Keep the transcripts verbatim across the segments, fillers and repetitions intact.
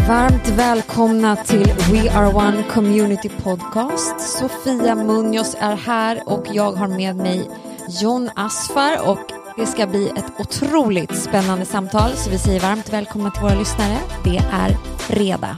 Varmt välkomna till We Are One Community Podcast. Sofia Munoz är här och jag har med mig John Asfar och det ska bli ett otroligt spännande samtal, så vi säger varmt välkomna till våra lyssnare. Det är fredag.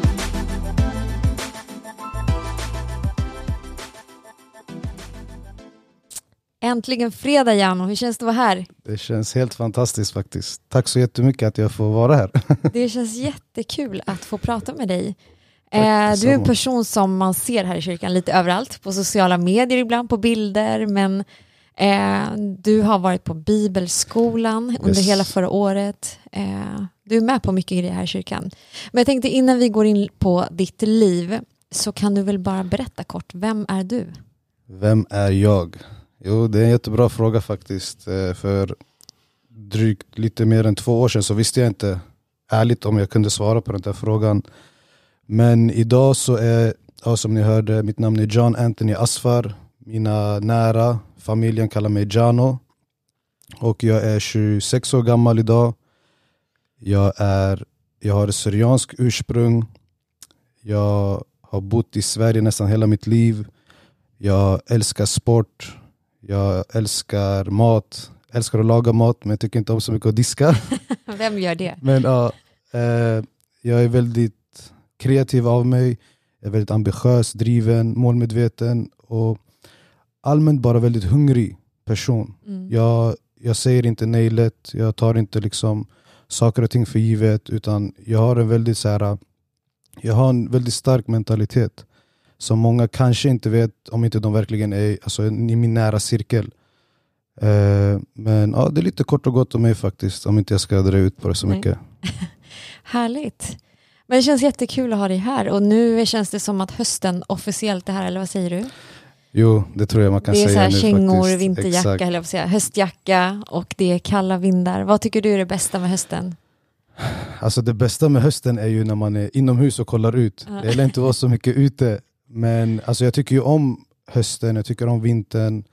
Äntligen fredag, Jano. Hur känns det att vara här? Det känns helt fantastiskt faktiskt. Tack så jättemycket att jag får vara här. Det känns jättekul att få prata med dig. Eh, du är en person som man ser här i kyrkan lite överallt. På sociala medier ibland, på bilder. Men eh, du har varit på bibelskolan yes. under hela förra året. Eh, du är med på mycket grejer här i kyrkan. Men jag tänkte innan vi går in på ditt liv så kan du väl bara berätta kort. Vem är du? Vem är jag? Jo, det är en jättebra fråga faktiskt. För drygt lite mer än två år sedan så visste jag inte ärligt om jag kunde svara på den här frågan. Men idag så är, ja, som ni hörde, mitt namn är John Anthony Asfar. Mina nära familjen kallar mig Jano. Och jag är tjugosex år gammal idag. Jag, är, jag har ett syriansk ursprung. Jag har bott i Sverige nästan hela mitt liv. Jag älskar sport. Jag älskar mat, älskar att laga mat, men jag tycker inte om så mycket att diska. Vem gör det? Men ja, eh, jag är väldigt kreativ av mig. Jag är väldigt ambitiös, driven, målmedveten och allmänt bara väldigt hungrig person. Mm. Jag, jag säger inte nej lätt, jag tar inte liksom saker och ting för givet, utan jag har en väldigt så här, jag har en väldigt stark mentalitet. Som många kanske inte vet om inte de verkligen är alltså, i min nära cirkel. Eh, men ja, det är lite kort och gott om mig faktiskt. Om inte jag ska dra ut på det så Nej. mycket. Härligt. Men det känns jättekul att ha dig här. Och nu känns det som att hösten officiellt är här. Eller vad säger du? Jo, det tror jag man kan säga nu. Det är säga så här nu kängor, faktiskt. vinterjacka, Exakt. eller vad säga, höstjacka. Och det är kalla vindar. Vad tycker du är det bästa med hösten? Alltså det bästa med hösten är ju när man är inomhus och kollar ut. Ja. Det gäller inte att vara så mycket ute. Men alltså jag tycker ju om hösten, jag tycker om vintern.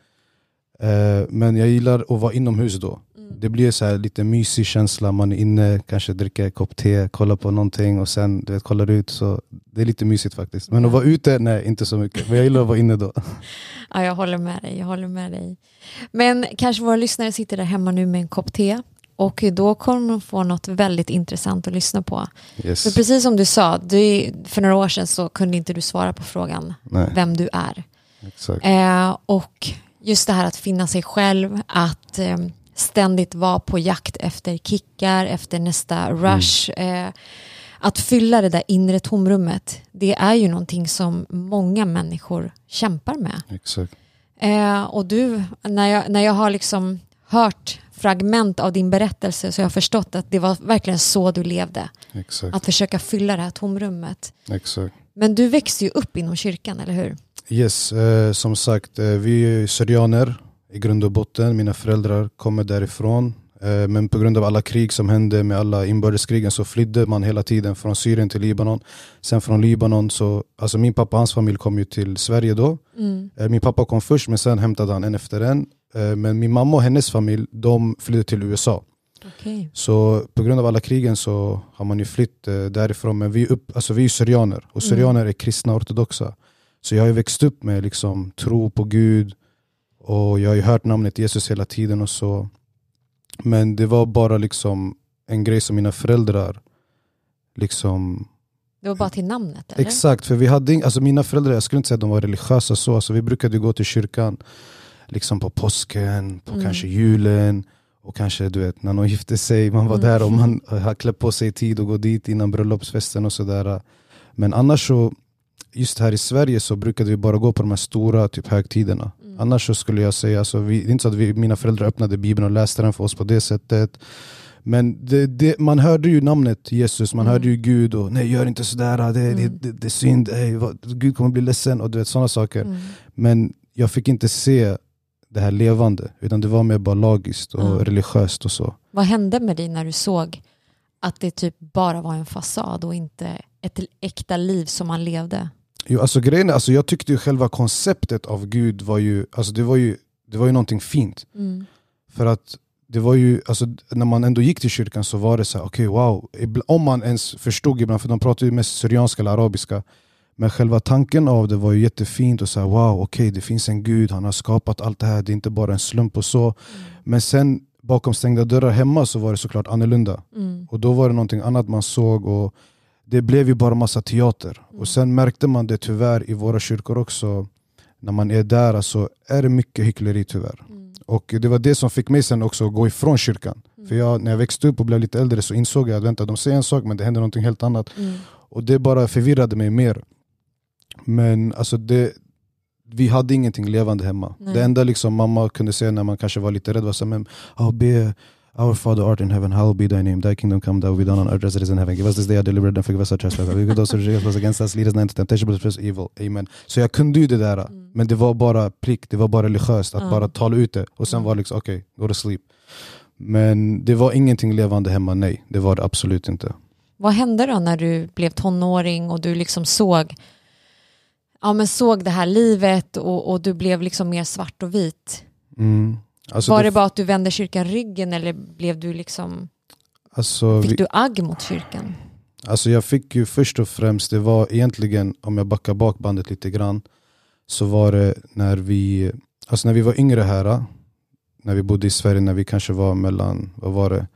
Eh, men jag gillar att vara inomhus då. Mm. Det blir så här lite mysig känsla. Man är inne, kanske dricker en kopp te, kollar på någonting och sen du vet, kollar ut. Så det är lite mysigt faktiskt. Men mm. att vara ute, nej inte så mycket. Men jag gillar att vara inne då. Ja, jag håller med dig, jag håller med dig. Men kanske våra lyssnare sitter där hemma nu med en kopp te. Och då kommer man få något väldigt intressant att lyssna på. Yes. För precis som du sa, du, för några år sedan så kunde inte du svara på frågan Nej. vem du är. Exakt. Eh, och just det här att finna sig själv, att eh, ständigt vara på jakt efter kickar, efter nästa rush. Mm. Eh, att fylla det där inre tomrummet, det är ju någonting som många människor kämpar med. Exakt. Eh, och du, när jag, när jag har liksom hört fragment av din berättelse så jag har förstått att det var verkligen så du levde. Exakt. Att försöka fylla det här tomrummet. Exakt. Men du växte ju upp inom kyrkan, eller hur? Yes, eh, som sagt, eh, vi är syrianer i grund och botten. Mina föräldrar kommer därifrån. Eh, men på grund av alla krig som hände med alla inbördeskrigen så flydde man hela tiden från Syrien till Libanon. Sen från Libanon så, alltså min pappa och hans familj kom ju till Sverige då. Mm. Eh, min pappa kom först men sen hämtade han en efter en. Men min mamma och hennes familj, de flydde till U S A. Okay. Så på grund av alla krigen så har man ju flytt därifrån. Men vi är, upp, alltså vi är syrianer. Och syrianer mm. är kristna ortodoxa. Så jag har ju växt upp med liksom tro på Gud. Och jag har ju hört namnet Jesus hela tiden och så. Men det var bara liksom en grej som mina föräldrar liksom... Det var bara till namnet, eller? Exakt, för vi hade... Alltså mina föräldrar, jag skulle inte säga att de var religiösa så. Alltså vi brukade gå till kyrkan liksom på påsken, på mm. kanske julen och kanske du vet när någon gifte sig, man var mm. där och man har klätt på sig tid och gå dit innan bröllopsfesten och sådär. Men annars så, just här i Sverige så brukade vi bara gå på de här stora typ högtiderna. Mm. Annars så skulle jag säga, alltså, vi, det är inte så att vi, mina föräldrar öppnade Bibeln och läste den för oss på det sättet. Men det, det, man hörde ju namnet Jesus, man mm. hörde ju Gud och nej gör inte sådär, det, mm. det, det, det är synd, ej, vad, Gud kommer bli ledsen och du vet sådana saker. Mm. Men jag fick inte se det här levande, utan det var mer bara lagiskt och mm. religiöst och så. Vad hände med dig när du såg att det typ bara var en fasad och inte ett äkta liv som man levde? Jo, alltså grejen är, alltså jag tyckte ju själva konceptet av Gud var ju, alltså det var ju, det var ju någonting fint. Mm. För att det var ju, alltså, när man ändå gick till kyrkan så var det så här, okej okay, wow, om man ens förstod ibland, för de pratade ju mest syrianska eller arabiska, men själva tanken av det var ju jättefint och så här, wow, okej okay, det finns en Gud, han har skapat allt det här, det är inte bara en slump och så. Mm. Men sen bakom stängda dörrar hemma så var det såklart annorlunda. Mm. Och då var det någonting annat man såg och det blev ju bara massa teater. Mm. Och sen märkte man det tyvärr i våra kyrkor också. När man är där så alltså, är det mycket hyckleri tyvärr. Mm. Och det var det som fick mig sen också att gå ifrån kyrkan. Mm. För jag, när jag växte upp och blev lite äldre så insåg jag att vänta, de säger en sak men det händer någonting helt annat. Mm. Och det bara förvirrade mig mer. Men alltså det, vi hade ingenting levande hemma. Nej. Det enda liksom mamma kunde säga när man kanske var lite rädd var så men oh, be our father art in heaven, hallowed be thy name, thy kingdom come, thy will be done on earth as it is in heaven. Give us this day our daily bread and forgive us our trespasses. We could also reject us against us, lead us not into temptation but deliver us from evil. Amen. Så jag kunde ju det där, mm. men det var bara plikt, det var bara religiöst att mm. bara tala ut det. Och sen mm. var det liksom okej, okay, go to sleep. Men det var ingenting levande hemma, nej. Det var det absolut inte. Vad hände då när du blev tonåring och du liksom såg Ja, men såg det här livet och, och du blev liksom mer svart och vit? Mm. Alltså var det, det bara att du vände kyrkan ryggen eller blev du liksom alltså fick vi, du agg mot kyrkan? Alltså jag fick ju först och främst, det var egentligen, om jag backar bak bandet lite grann, så var det när vi alltså när vi var yngre här, när vi bodde i Sverige, när vi kanske var mellan, vad var det,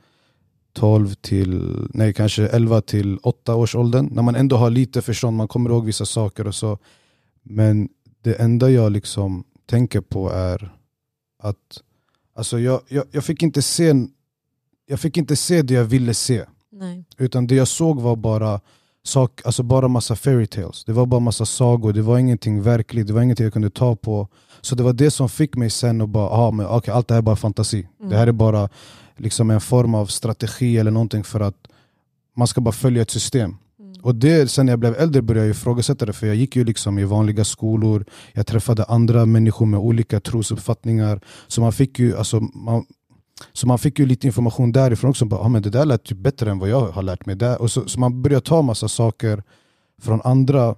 tolv till, nej kanske elva till åtta års åldern, när man ändå har lite förstånd, man kommer ihåg vissa saker och så. Men det enda jag liksom tänker på är att alltså jag, jag, jag fick inte se jag fick inte se det jag ville se. Nej. Utan det jag såg var bara sak, alltså bara massa fairy tales. Det var bara massa sagor, det var ingenting verkligt, det var ingenting jag kunde ta på. Så det var det som fick mig sen att bara, ah, men okay, allt det här är bara fantasi. Mm. Det här är bara liksom en form av strategi eller någonting för att man ska bara följa ett system. Och det, sen när jag blev äldre började jag ifrågasätta det, för jag gick ju liksom i vanliga skolor, jag träffade andra människor med olika trosuppfattningar, så man fick ju, alltså, man, så man fick ju lite information därifrån också, bara, ah, men det där lät typ bättre än vad jag har lärt mig där. Och så, så man började ta massa saker från andra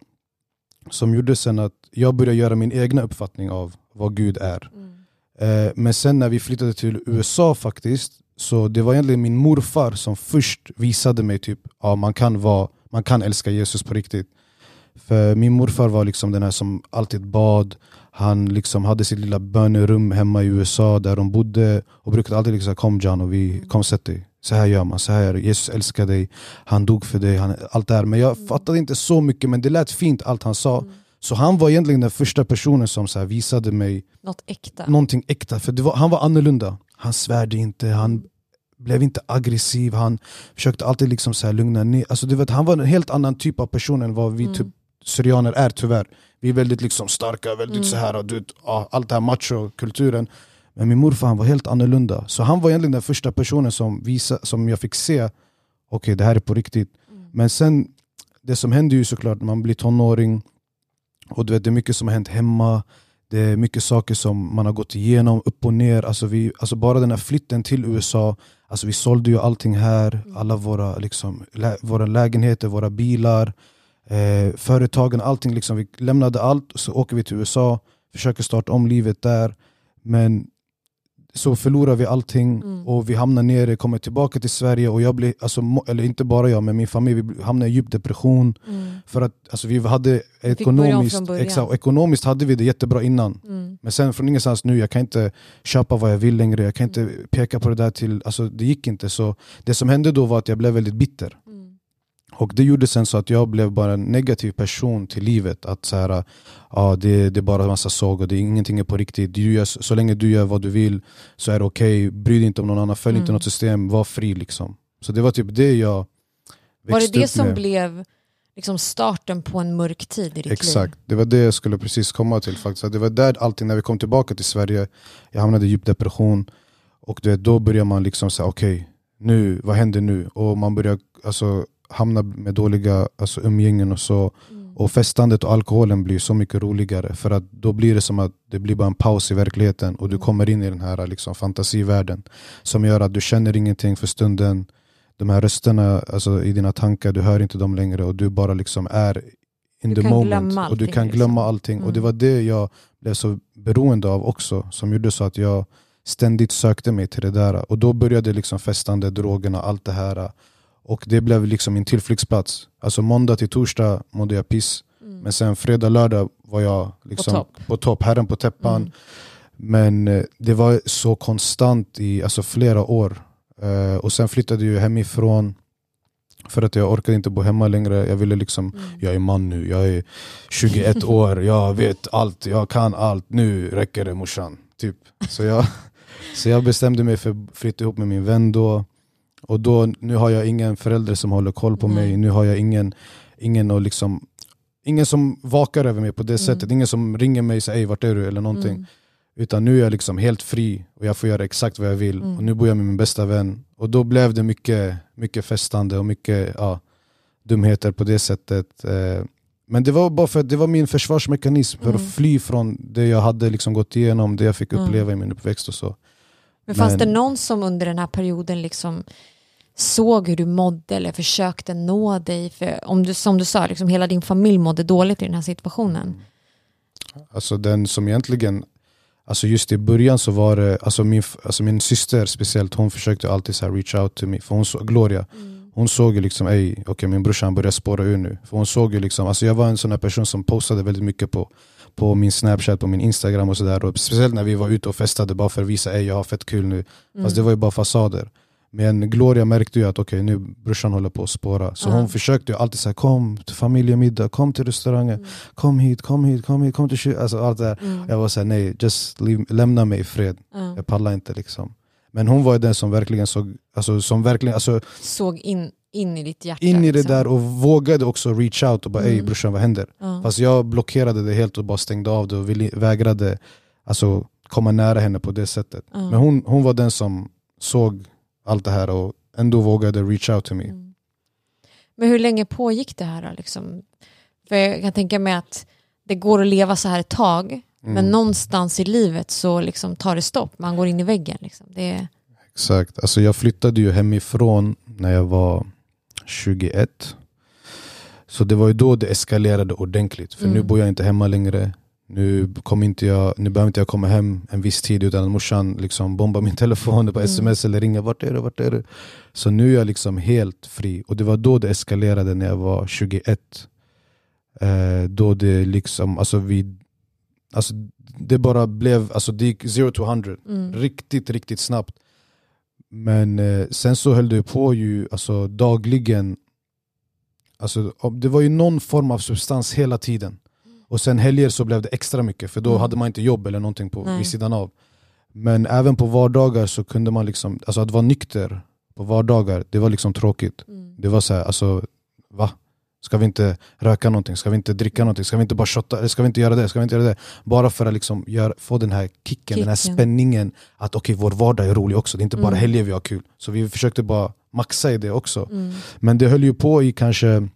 som gjorde sen att jag började göra min egna uppfattning av vad Gud är. Mm. Eh, men sen när vi flyttade till U S A faktiskt, så det var egentligen min morfar som först visade mig typ, ja, man kan vara Man kan älska Jesus på riktigt. För min morfar var liksom den här som alltid bad. Han liksom hade sitt lilla bönerum hemma i U S A där de bodde. Och brukade alltid liksom, kom John och vi kom sätt dig. Så här gör man, så här. Jesus älskar dig. Han dog för dig. Han, allt det här. Men jag fattade inte så mycket, men det lät fint allt han sa. Mm. Så han var egentligen den första personen som så här visade mig Något äkta. någonting äkta. För det var, han var annorlunda. Han svärde inte, han blev inte aggressiv, han försökte alltid liksom så här lugna ner. Alltså, du vet, han var en helt annan typ av person än vad vi mm. typ, syrianer är tyvärr. Vi är väldigt liksom starka, väldigt mm. så här, du vet, allt det här macho-kulturen. Men min morfar, han var helt annorlunda. Så han var egentligen den första personen som, visa, som jag fick se, okej, okay, det här är på riktigt. Mm. Men sen, det som händer ju såklart, man blir tonåring och du vet, det är mycket som har hänt hemma. Det är mycket saker som man har gått igenom, upp och ner. Alltså, vi, alltså bara den här flytten till U S A, alltså vi sålde ju allting här. Alla våra, liksom, lä, våra lägenheter, våra bilar, eh, företagen, allting. Liksom, vi lämnade allt och så åker vi till U S A, försöker starta om livet där. Men så förlorar vi allting mm. och vi hamnar nere, kommer tillbaka till Sverige och jag blir, alltså, eller inte bara jag men min familj, vi hamnar i djup depression mm. för att alltså, vi hade ekonomiskt, exakt, ekonomiskt hade vi det jättebra innan mm. men sen från ingenstans nu, jag kan inte köpa vad jag vill längre, jag kan inte mm. peka på det där till, alltså det gick inte. Så det som hände då var att jag blev väldigt bitter mm. och det gjorde sen så att jag blev bara en negativ person till livet, att så här, ja, det, det är bara en massa såg och det är ingenting är på riktigt, du gör, så länge du gör vad du vill så är det okej, okay. Bry dig inte om någon annan, följ mm. inte något system, var fri liksom. Så det var typ det jag växte Var det det som med. blev liksom starten på en mörk tid i ditt Exakt, liv? det var det jag skulle precis komma till faktiskt. Det var där allting, när vi kom tillbaka till Sverige, jag hamnade i djup depression och det, då börjar man liksom säga okej, okay, nu, vad händer nu? Och man börjar alltså hamna med dåliga alltså, umgängen och så. Mm. Och festandet och alkoholen blir så mycket roligare. För att då blir det som att det blir bara en paus i verkligheten. Och du kommer in i den här liksom, fantasivärlden. Som gör att du känner ingenting för stunden. De här rösterna alltså, i dina tankar, du hör inte dem längre. Och du bara liksom är in du the moment. Allting, och du kan glömma allting. Mm. Och det var det jag blev så beroende av också. Som gjorde så att jag ständigt sökte mig till det där. Och då började liksom festande, drogerna, allt det här. Och det blev liksom min tillflyktsplats. Alltså måndag till torsdag mådde jag piss. Mm. Men sen fredag, lördag var jag liksom på topp, på top, herren på täppan. Mm. Men eh, det var så konstant i alltså, flera år. Uh, och sen flyttade jag hemifrån för att jag orkade inte bo hemma längre. Jag ville liksom, mm. jag är man nu, jag är tjugoett år, jag vet allt, jag kan allt, nu räcker det morsan. Typ. Så, jag, så jag bestämde mig för att flytta ihop med min vän då. Och då, nu har jag ingen förälder som håller koll på mm. mig. Nu har jag ingen, ingen, och liksom, ingen som vakar över mig på det mm. sättet. Ingen som ringer mig och säger, ej, vart är du? Eller någonting. Mm. Utan nu är jag liksom helt fri och jag får göra exakt vad jag vill. Mm. Och nu bor jag med min bästa vän. Och då blev det mycket, mycket festande och mycket ja, dumheter på det sättet. Men det var bara för att det var min försvarsmekanism för mm. att fly från det jag hade liksom gått igenom, det jag fick uppleva mm. i min uppväxt och så. Men fanns Men, det någon som under den här perioden liksom såg hur du mådde eller försökte nå dig? För om du, som du sa, liksom hela din familj mådde dåligt i den här situationen. Alltså den som egentligen... Alltså just i början så var det, alltså min, alltså min syster speciellt, hon försökte alltid så här reach out to me. För hon så, Gloria, mm. hon såg ju liksom, ej, okej okay, min brorsan börjar spåra ur nu. För hon såg ju liksom, alltså jag var en sån här person som postade väldigt mycket på, på min Snapchat, på min Instagram och sådär. Och speciellt när vi var ute och festade bara för att visa, ej jag har fett kul nu. Mm. Fast det var ju bara fasader. Men Gloria märkte ju att okej, okay, nu brorsan håller på att spåra. Så mm. hon försökte ju alltid säga, kom till familjemiddag, kom till restaurangen, mm. kom hit, kom hit, kom hit, kom till kyl. Alltså allt det där. Mm. Jag var såhär, nej, just leave, lämna mig i fred. Mm. Jag pallar inte liksom. Men hon var ju den som verkligen såg, alltså som verkligen, alltså, såg in, in i ditt hjärta. In i det liksom. Där och vågade också reach out och bara, ej mm. brorsan, vad händer? Mm. Fast jag blockerade det helt och bara stängde av det och ville, vägrade alltså, komma nära henne på det sättet. Mm. Men hon, hon var den som såg allt det här och ändå vågade reach out to me. Mm. Men hur länge pågick det här då, liksom? För jag kan tänka mig att det går att leva så här ett tag, mm. men någonstans i livet så liksom tar det stopp. Man går in i väggen. Liksom. Det är... Exakt. Alltså jag flyttade ju hemifrån när jag var tjugoett. Så det var ju då det eskalerade ordentligt. För mm. nu bor jag inte hemma längre. Nu, kom inte jag, nu behöver inte jag komma hem en viss tid utan att morsan liksom bombar min telefon på sms mm. eller ringer, vart är det, vart är det? Så nu är jag liksom helt fri. Och det var då det eskalerade när jag var tjugoett. Eh, då det liksom, alltså vi, alltså det bara blev, alltså det gick zero to hundred. Mm. Riktigt, riktigt snabbt. Men eh, sen så höll det på ju, alltså dagligen, alltså det var ju någon form av substans hela tiden. Och sen helger så blev det extra mycket. För då mm. hade man inte jobb eller någonting på vid sidan av. Men även på vardagar så kunde man liksom, alltså att vara nykter på vardagar, det var liksom tråkigt. Mm. Det var så här, alltså va? Ska vi inte röka någonting? Ska vi inte dricka någonting? Ska vi inte bara shotta? Ska vi inte göra det? Ska vi inte göra det? Bara för att liksom gör, få den här kicken, kicken, den här spänningen. Att okej, okay, vår vardag är rolig också. Det är inte bara mm. helger vi har kul. Så vi försökte bara maxa i det också. Mm. Men det höll ju på i kanske,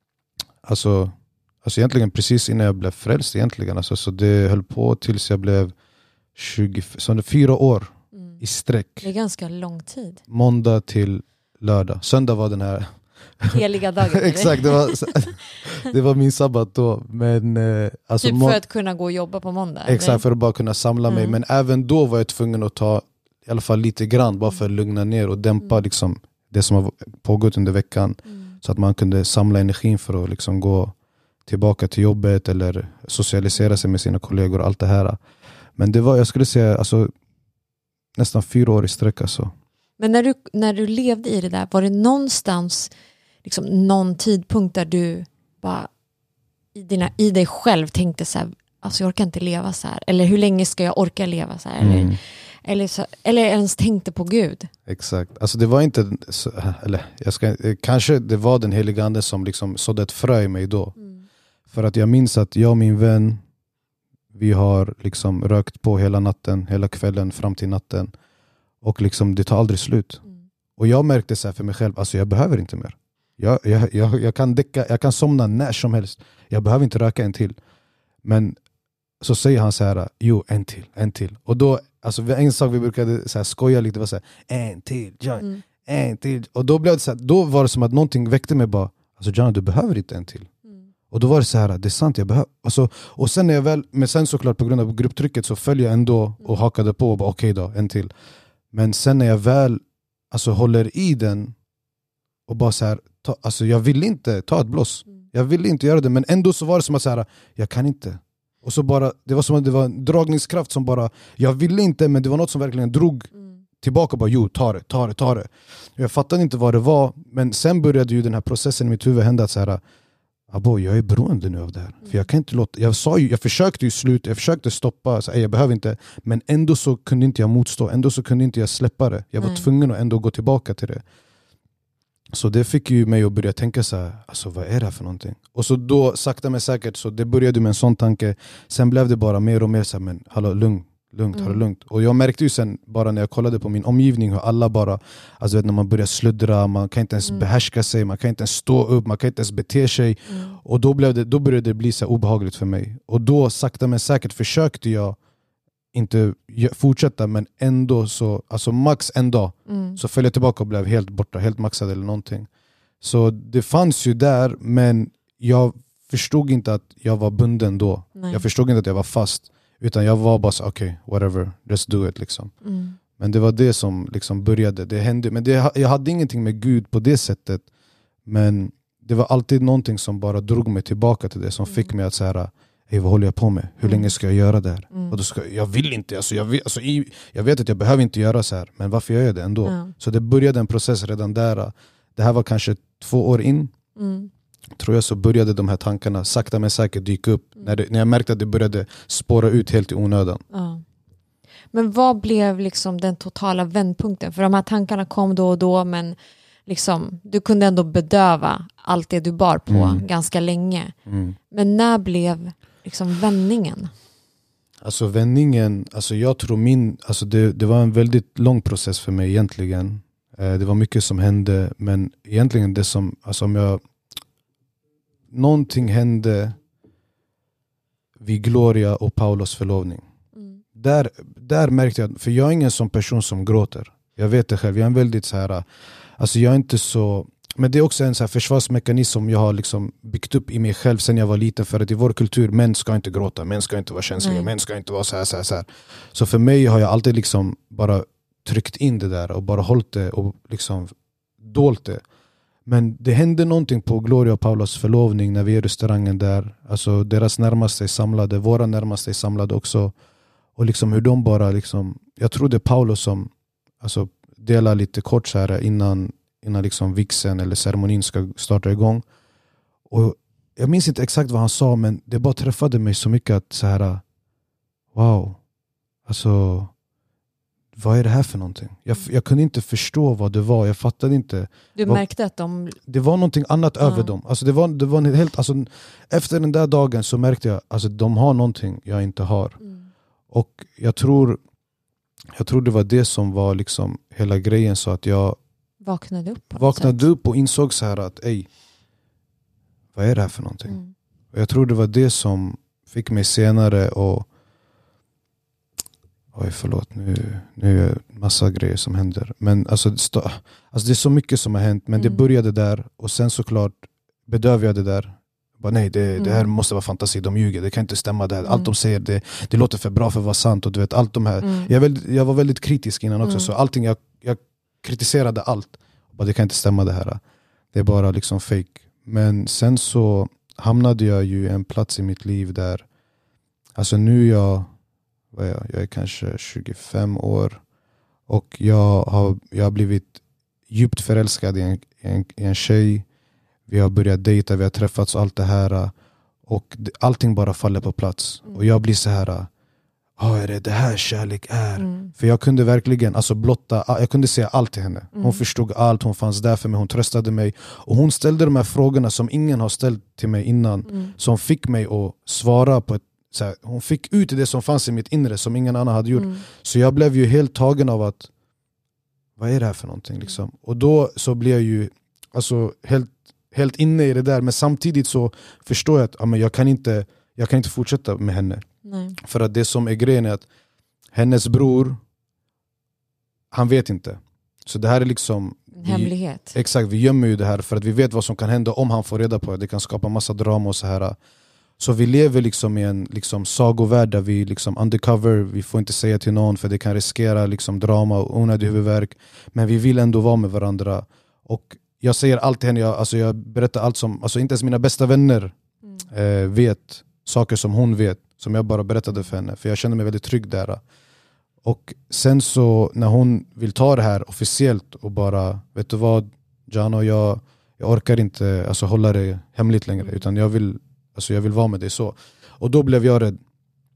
alltså Alltså egentligen precis innan jag blev frälst egentligen. Alltså, så det höll på tills jag blev tjugo, så fyra år mm. i sträck. Det är ganska lång tid. Måndag till lördag. Söndag var den här heliga dagen. Exakt, det var, det var min sabbat då. Men, eh, alltså, typ för att kunna gå och jobba på måndag? Exakt, eller? För att bara kunna samla mm. mig. Men även då var jag tvungen att ta i alla fall lite grann bara för att lugna ner och dämpa mm. liksom, det som har pågått under veckan. Mm. Så att man kunde samla energin för att liksom gå tillbaka till jobbet eller socialisera sig med sina kollegor och allt det här. Men det var, jag skulle säga, alltså, nästan fyra år i sträck. Alltså. Men när du, när du levde i det där, var det någonstans liksom, någon tidpunkt där du bara i, dina, i dig själv tänkte så här, alltså jag orkar inte leva så här. Eller hur länge ska jag orka leva så här? Mm. Eller, eller, så, eller ens tänkte på Gud. Exakt. Alltså det var inte, eller jag ska, kanske det var den heliga ande som liksom sådde ett frö i mig då. Mm. För att jag minns att jag och min vän, vi har liksom rökt på hela natten, hela kvällen fram till natten. Och liksom det tar aldrig slut. Mm. Och jag märkte så här för mig själv, alltså jag behöver inte mer. Jag, jag, jag, jag, kan däcka, jag kan somna när som helst. Jag behöver inte röka en till. Men så säger han så här, jo en till, en till. Och då, alltså en sak vi brukade så här skoja lite, var så här, en till, John, mm. en till. Och då blev det så här, då var det som att någonting väckte mig bara, alltså John, du behöver inte en till. Och då var det så här, det är sant, jag behöver... Alltså, och sen när jag väl, men sen såklart på grund av grupptrycket så följde jag ändå och hakade på och bara okej okay då, en till. Men sen när jag väl alltså, håller i den och bara så här, ta, alltså jag vill inte ta ett blås. Jag ville inte göra det, men ändå så var det som att så här, jag kan inte. Och så bara, det var som att det var en dragningskraft som bara, jag ville inte, men det var något som verkligen drog mm. tillbaka och bara, jo, ta det, ta det, ta det. Jag fattade inte vad det var, men sen började ju den här processen i mitt huvud hända att så här, abo, jag är beroende nu av det här. Mm. För jag kan inte låta, jag sa ju, jag försökte ju sluta, jag försökte stoppa, så, jag behöver inte, men ändå så kunde inte jag motstå, ändå så kunde inte jag släppa det. Jag var Nej. tvungen att ändå gå tillbaka till det. Så det fick ju mig att börja tänka så här, alltså vad är det här för någonting? Och så då sakta men säkert, så det började med en sån tanke. Sen blev det bara mer och mer så här, men hallå, lugn, lugnt, mm. ha det lugnt. Och jag märkte ju sen, bara när jag kollade på min omgivning, hur alla bara, alltså vet, när man börjar sluddra, man kan inte ens mm. behärska sig, man kan inte ens stå upp, man kan inte ens bete sig. Mm. Och då, blev det, då började det bli så här obehagligt för mig. Och då sakta men säkert försökte jag inte fortsätta, men ändå så, alltså max en dag mm. så följde jag tillbaka och blev helt borta, helt maxad eller någonting. Så det fanns ju där, men jag förstod inte att jag var bunden då. Nej. Jag förstod inte att jag var fast, utan jag var bara så okej, okay, whatever, let's do it liksom. Mm. Men det var det som liksom började, det hände, men det, jag hade ingenting med Gud på det sättet, men det var alltid någonting som bara drog mig tillbaka till det, som mm. fick mig att säga, hey, vad håller jag på med? Hur mm. länge ska jag göra det här? Mm. Och då ska, jag vill inte, alltså jag, vill, alltså i, jag vet att jag behöver inte göra så här, men varför gör jag det ändå? Mm. Så det började en process redan där. Det här var kanske två år in. Mm. Tror jag, så började de här tankarna sakta men säkert dyka upp. Mm. När, det, när jag märkte att det började spåra ut helt i onödan. Ja. Men vad blev liksom den totala vändpunkten? För de här tankarna kom då och då, men liksom, du kunde ändå bedöva allt det du bar på mm. ganska länge. Mm. Men när blev liksom vändningen? Alltså vändningen, alltså jag tror min, alltså det, det var en väldigt lång process för mig egentligen. Eh, det var mycket som hände, men egentligen det som, alltså om jag, någonting hände vid Gloria och Paulos förlovning. Mm. Där, där märkte jag, för jag är ingen sån person som gråter. Jag vet det själv, jag är en väldigt så här, alltså jag är inte så, men det är också en så här försvarsmekanism som jag har liksom byggt upp i mig själv sedan jag var liten, för att i vår kultur, män ska inte gråta, män ska inte vara känsliga, mm. män ska inte vara så här, så här, så här. Så för mig har jag alltid liksom bara tryckt in det där och bara hållit det och liksom dolt det. Men det hände någonting på Gloria och Paulos förlovning när vi är i restaurangen där. Alltså deras närmaste är samlade, våra närmaste är samlade också. Och liksom hur de bara liksom, jag tror det är Paulo som alltså delar lite kort så här innan innan liksom vigseln eller ceremonin ska starta igång. Och jag minns inte exakt vad han sa, men det bara träffade mig så mycket att så här, wow, alltså vad är det här för någonting? Jag, jag kunde inte förstå vad det var, jag fattade inte. Du vad, märkte att de... Det var någonting annat ja. över dem. Alltså det var, det var en helt, alltså, efter den där dagen så märkte jag att alltså, de har någonting jag inte har. Mm. Och jag tror, jag tror det var det som var liksom hela grejen, så att jag vaknade upp, vaknade upp och insåg så här att ej, vad är det här för någonting? Mm. Och jag tror det var det som fick mig senare och oj förlåt, nu, nu är det massa grejer som händer. Men alltså, alltså det är så mycket som har hänt, men mm. det började där och sen såklart bedöv jag det där. Bara, nej, det, mm. det här måste vara fantasi, de ljuger, det kan inte stämma. Det här. Mm. Allt de säger, det, det låter för bra för att vara sant. Och du vet, allt de här. Mm. Jag, väldigt, jag var väldigt kritisk innan också, mm. så allting jag, jag kritiserade allt. Bara, det kan inte stämma det här. Det är bara liksom fake. Men sen så hamnade jag ju en plats i mitt liv där, alltså nu är jag, vad är jag? jag är kanske tjugofem år och jag har, jag har blivit djupt förälskad i en, i en, i en tjej. Vi har börjat dejta, vi har träffats och allt det här. Och allting bara faller på plats. Mm. Och jag blir så här, oh, är det det här kärlek är? Mm. För jag kunde verkligen alltså blotta, jag kunde säga allt till henne. Hon mm. förstod allt, hon fanns där för mig, hon tröstade mig. Och hon ställde de här frågorna som ingen har ställt till mig innan. Mm. Som fick mig att svara på ett, så här, hon fick ut det som fanns i mitt inre som ingen annan hade gjort. Mm. Så jag blev ju helt tagen av att, vad är det här för någonting liksom? Och då så blev jag ju alltså helt helt inne i det där, men samtidigt så förstår jag att ja, men jag, kan inte, jag kan inte fortsätta med henne. Nej. För att det som är grejen är att hennes bror, han vet inte. Så det här är liksom en hemlighet. Vi, exakt, vi gömmer ju det här för att vi vet vad som kan hända om han får reda på det. Det kan skapa massa drama och så här. Så vi lever liksom i en liksom sagovärld där vi liksom undercover, vi får inte säga till någon för det kan riskera liksom drama och onödig huvudvärk. Men vi vill ändå vara med varandra. Och jag säger allt till henne, jag, alltså jag berättar allt som, alltså inte ens mina bästa vänner mm. eh, vet saker som hon vet, som jag bara berättade för henne. För jag känner mig väldigt trygg där. Och sen så när hon vill ta det här officiellt och bara, vet du vad, Jana och jag, jag orkar inte alltså, hålla det hemligt längre, utan jag vill, alltså, jag vill vara med dig så. Och då blev jag rädd.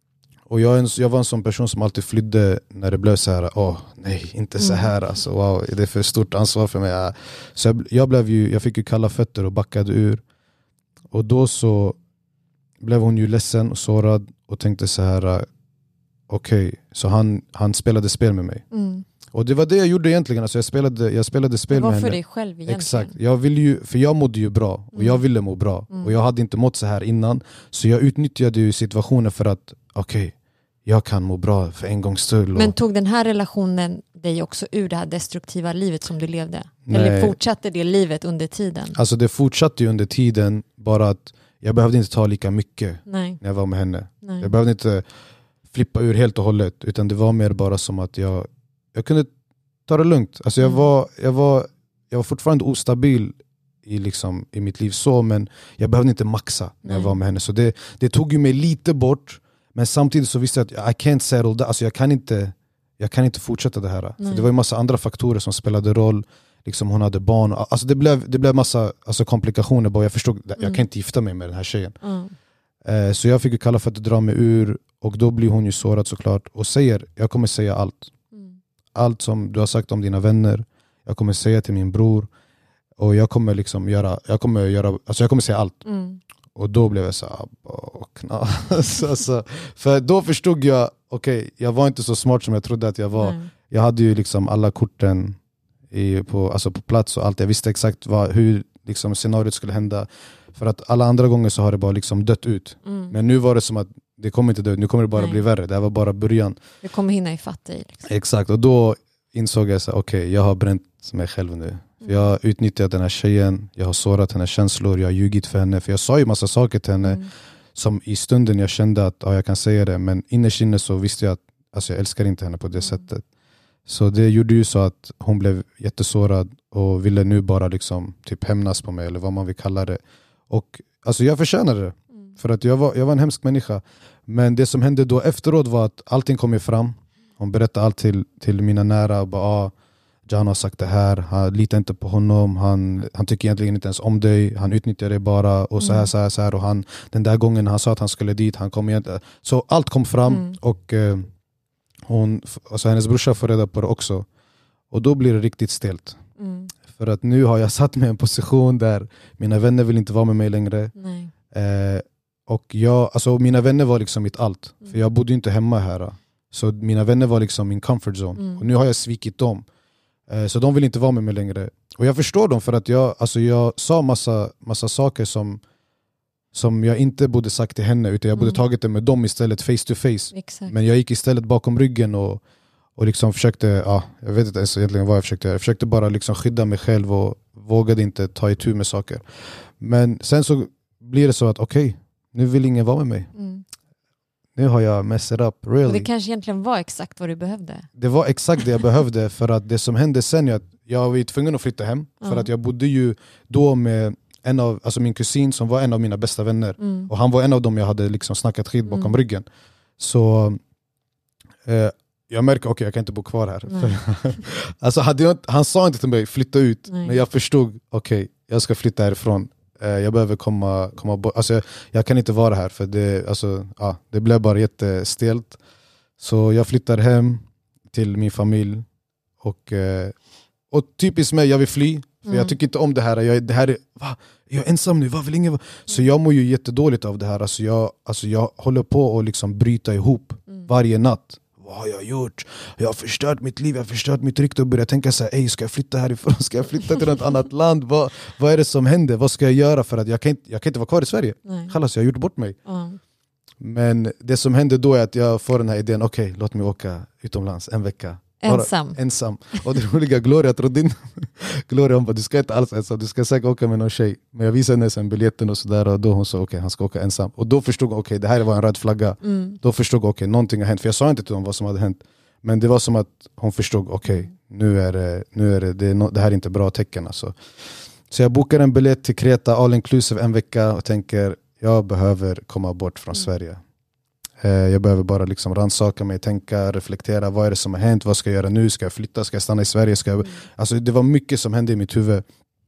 Och jag, en, jag var en sån person som alltid flydde när det blev så här, åh nej, inte så här, alltså, wow, det är för stort ansvar för mig. Så jag, jag, blev ju, jag fick ju kalla fötter och backade ur. Och då så blev hon ju ledsen och sårad och tänkte så här, okej, okay, så han, han spelade spel med mig. Mm. Och det var det jag gjorde egentligen. Alltså jag, spelade, jag spelade spel med henne. Det var för dig själv egentligen. Exakt. Jag ville ju, för jag mådde ju bra. Och mm. jag ville må bra. Mm. Och jag hade inte mått så här innan. Så jag utnyttjade ju situationen för att okej, okay, jag kan må bra för en gångs skull. Men tog den här relationen dig också ur det här destruktiva livet som du levde? Nej. Eller fortsatte det livet under tiden? Alltså det fortsatte ju under tiden. Bara att jag behövde inte ta lika mycket Nej. när jag var med henne. Nej. Jag behövde inte flippa ur helt och hållet, utan det var mer bara som att jag, jag kunde ta det lugnt. Alltså jag, mm. var, jag, var, jag var fortfarande ostabil i, liksom, i mitt liv så, men jag behövde inte maxa när jag Nej. var med henne. Så det, det tog ju mig lite bort, men samtidigt så visste jag att I can't settle that. Alltså jag kan inte, jag kan inte fortsätta det här. För det var ju massa andra faktorer som spelade roll. Liksom hon hade barn. Alltså det blev, det blev massa alltså komplikationer. Bara jag förstod, mm. jag kan inte gifta mig med den här tjejen. Mm. Eh, så jag fick ju kalla för att dra mig ur. Och då blir hon ju sårad såklart. Och säger, jag kommer säga allt. Mm. Allt som du har sagt om dina vänner. Jag kommer säga till min bror. Och jag kommer liksom göra, jag kommer göra, alltså jag kommer säga allt. Mm. Och då blev jag så här, alltså, för då förstod jag, okej, okay, jag var inte så smart som jag trodde att jag var. Nej. Jag hade ju liksom alla korten i, på, alltså på plats och allt. Jag visste exakt vad, hur liksom scenariot skulle hända. För att alla andra gånger så har det bara liksom dött ut. Mm. Men nu var det som att det kommer inte dö, nu kommer det bara Nej. bli värre. Det här var bara början. Det kommer hinna ifatt dig. Liksom. Exakt, och då insåg jag så okej, okay, jag har bränt mig själv nu. För jag har utnyttjat den här tjejen, jag har sårat hennes känslor, jag har ljugit för henne. För jag sa ju massa saker till henne mm. som i stunden jag kände att ja, jag kan säga det. Men innerst inne så visste jag att alltså, jag älskar inte henne på det mm. sättet. Så det gjorde ju så att hon blev jättesårad och ville nu bara liksom typ hämnas på mig eller vad man vill kalla det. Och alltså jag förtjänade det. Mm. För att jag var, jag var en hemsk människa. Men det som hände då efteråt var att allting kom ju fram. Hon berättade allt till, till mina nära och bara ah, Jan har sagt det här, han litar inte på honom, han, han tycker egentligen inte ens om dig, han utnyttjar dig bara och så här, mm. så här, så här och han, den där gången han sa att han skulle dit, han kom igen. Så allt kom fram mm. och eh, hon, alltså hennes brorsa får reda på det också och då blir det riktigt stelt. Mm. För att nu har jag satt mig i en position där mina vänner vill inte vara med mig längre. Nej. Eh, och jag, alltså mina vänner var liksom mitt allt, mm. för jag bodde inte hemma här. Så mina vänner var liksom min comfort zone mm. och nu har jag svikit dem. Så de vill inte vara med mig längre. Och jag förstår dem för att jag, alltså jag sa massa, massa saker som, som jag inte borde sagt till henne, utan jag borde mm. tagit det med dem istället face to face. Exakt. Men jag gick istället bakom ryggen och, och liksom försökte, ja, jag vet inte ens egentligen vad jag försökte göra. Jag försökte bara liksom skydda mig själv och vågade inte ta itu med saker. Men sen så blir det så att okej, okay, nu vill ingen vara med mig. Mm. Nu har jag messed up, really. Och det kanske egentligen var exakt vad du behövde. Det var exakt det jag behövde, för att det som hände sen är att jag var tvungen att flytta hem. För mm. att jag bodde ju då med en av, alltså min kusin som var en av mina bästa vänner. Mm. Och han var en av dem jag hade liksom snackat skit bakom mm. ryggen. Så eh, jag märker, okej okay, jag kan inte bo kvar här. Alltså, hade jag, han sa inte till mig, flytta ut. Nej. Men jag förstod, okej okay, jag ska flytta härifrån. Jag behöver komma, komma bort. Alltså jag, jag kan inte vara här för det, alltså, ja, det blev bara jättestelt. Så jag flyttar hem till min familj. Och, och typiskt mig, jag vill fly. För mm. jag tycker inte om det här. Jag, det här är, va? Jag är ensam nu, va? Vill ingen vara? Så jag mår ju jättedåligt av det här. Alltså jag, alltså jag håller på att liksom bryta ihop mm. varje natt. Vad har jag gjort? Jag har förstört mitt liv, jag har förstört mitt rykte och börjar tänka så här, ey, ska jag flytta härifrån? Ska jag flytta till ett annat land? Vad, vad är det som händer? Vad ska jag göra? För att jag kan inte, jag kan inte vara kvar i Sverige. Kallas, jag har gjort bort mig. Mm. Men det som händer då är att jag får den här idén, okej, okay, låt mig åka utomlands en vecka. Ensam. ensam. Och det roliga, Gloria trodde inte. Gloria hon bara, du ska inte alls ensam, du ska säkert åka med någon tjej. Men jag visade henne sen biljetten och sådär, och då hon sa okej, okay, han ska åka ensam. Och då förstod hon, okej, okay, det här var en röd flagga. Mm. Då förstod hon, okej, okay, någonting har hänt. För jag sa inte till honom vad som hade hänt. Men det var som att hon förstod, okej, okay, nu är det, nu är det, det, är no, det här är inte bra tecken alltså. Så jag bokar en biljett till Kreta, all inclusive en vecka, och tänker, jag behöver komma bort från mm. Sverige. Jag behöver bara liksom rannsaka mig, tänka, reflektera. Vad är det som har hänt? Vad ska jag göra nu? Ska jag flytta? Ska jag stanna i Sverige? Ska jag... mm. Alltså, det var mycket som hände i mitt huvud.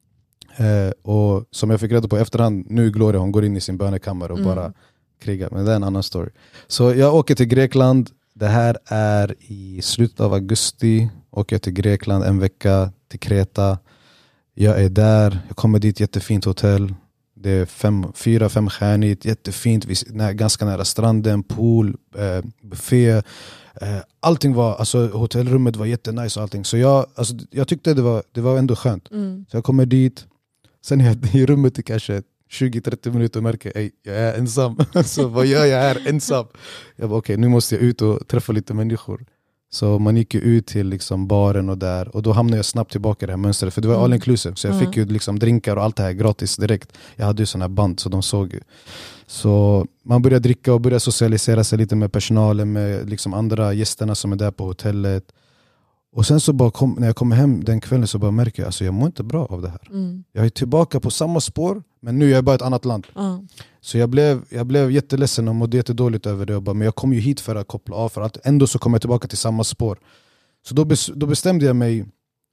Eh, och som jag fick reda på efterhand, nu Gloria, hon går in i sin bönekammare och mm. bara krigar. Men det är en annan story. Så jag åker till Grekland. Det här är i slutet av augusti. Åker jag till Grekland en vecka, till Kreta. Jag är där. Jag kommer dit, jättefint hotell. Det är fem, fyra, fem stjärnigt, jättefint, vi, nä, ganska nära stranden, pool, eh, buffé. Eh, allting var, alltså hotellrummet var jättenice och allting. Så jag, alltså, jag tyckte det var, det var ändå skönt. Mm. Så jag kommer dit, sen är jag i rummet i kanske tjugo till trettio minuter och märker, ej, jag är ensam. Så vad gör jag här ensam? Jag bara okej, okay, nu måste jag ut och träffa lite människor. Så man gick ju ut till liksom baren och där. Och då hamnade jag snabbt tillbaka i det här mönstret. För det var mm. all inclusive. Så jag mm. fick ju liksom drinkar och allt det här gratis direkt. Jag hade ju sådana här band så de såg ju. Så man började dricka och började socialisera sig lite med personalen. Med liksom andra gästerna som är där på hotellet. Och sen så bara kom, när jag kom hem den kvällen så bara märker jag alltså jag mår inte bra av det här. Mm. Jag är tillbaka på samma spår. Men nu är jag bara ett annat land. Mm. Så jag blev, jag blev jätteledsen och mådde jättedåligt över det. Och bara, men jag kom ju hit för att koppla av. För att ändå så kom jag tillbaka till samma spår. Så då, bes, då bestämde jag mig